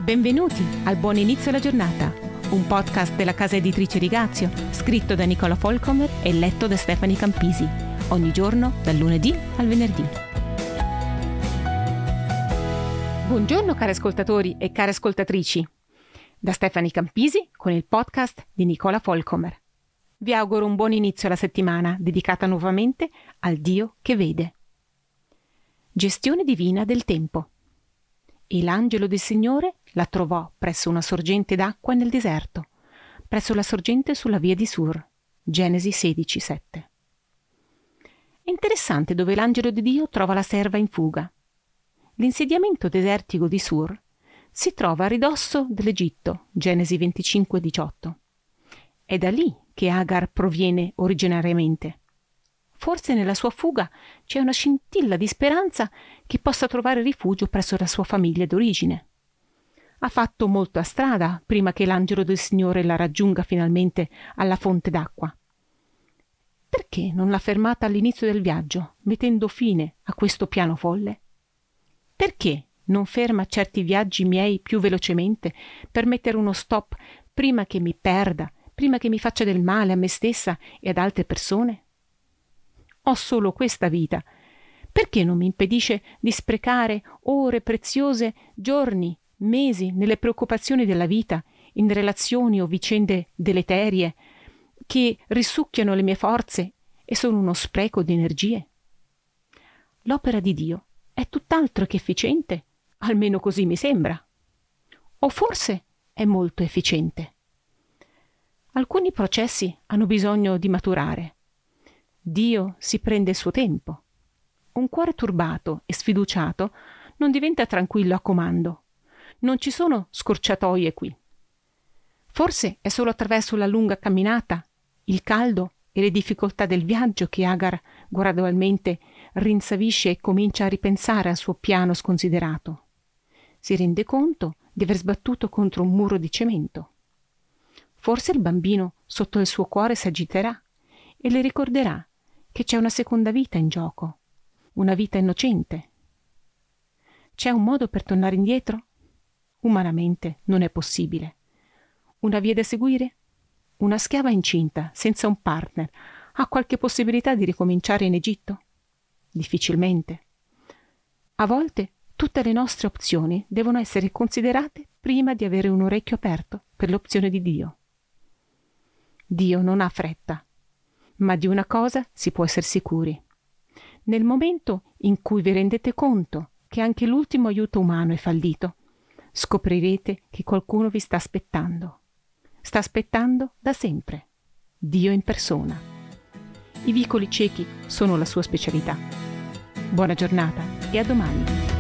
Benvenuti al Buon Inizio alla Giornata, un podcast della casa editrice Rigazio, scritto da Nicola Folcomer e letto da Stefani Campisi, ogni giorno dal lunedì al venerdì. Buongiorno cari ascoltatori e care ascoltatrici, da Stefani Campisi con il podcast di Nicola Folcomer. Vi auguro un buon inizio alla settimana dedicata nuovamente al Dio che vede. Gestione divina del tempo. E l'angelo del Signore la trovò presso una sorgente d'acqua nel deserto, presso la sorgente sulla via di Sur. Genesi 16:7. È interessante dove l'angelo di Dio trova la serva in fuga. L'insediamento desertico di Sur si trova a ridosso dell'Egitto. Genesi 25:18. È da lì che Agar proviene originariamente. Forse nella sua fuga c'è una scintilla di speranza che possa trovare rifugio presso la sua famiglia d'origine. Ha fatto molta strada prima che l'angelo del Signore la raggiunga finalmente alla fonte d'acqua. Perché non l'ha fermata all'inizio del viaggio, mettendo fine a questo piano folle? Perché non ferma certi viaggi miei più velocemente per mettere uno stop prima che mi perda, prima che mi faccia del male a me stessa e ad altre persone? Ho solo questa vita. Perché non mi impedisce di sprecare ore preziose, giorni, mesi nelle preoccupazioni della vita, in relazioni o vicende deleterie che risucchiano le mie forze e sono uno spreco di energie? L'opera di Dio è tutt'altro che efficiente, almeno così mi sembra. O forse è molto efficiente. Alcuni processi hanno bisogno di maturare. Dio si prende il suo tempo. Un cuore turbato e sfiduciato non diventa tranquillo a comando. Non ci sono scorciatoie qui. Forse è solo attraverso la lunga camminata, il caldo e le difficoltà del viaggio che Agar gradualmente rinsavisce e comincia a ripensare al suo piano sconsiderato. Si rende conto di aver sbattuto contro un muro di cemento. Forse il bambino sotto il suo cuore si agiterà e le ricorderà che c'è una seconda vita in gioco, una vita innocente. C'è un modo per tornare indietro? Umanamente non è possibile. Una via da seguire? Una schiava incinta, senza un partner, ha qualche possibilità di ricominciare in Egitto? Difficilmente. A volte tutte le nostre opzioni devono essere considerate prima di avere un orecchio aperto per l'opzione di Dio. Dio non ha fretta. Ma di una cosa si può essere sicuri. Nel momento in cui vi rendete conto che anche l'ultimo aiuto umano è fallito, scoprirete che qualcuno vi sta aspettando. Sta aspettando da sempre. Dio in persona. I vicoli ciechi sono la sua specialità. Buona giornata e a domani.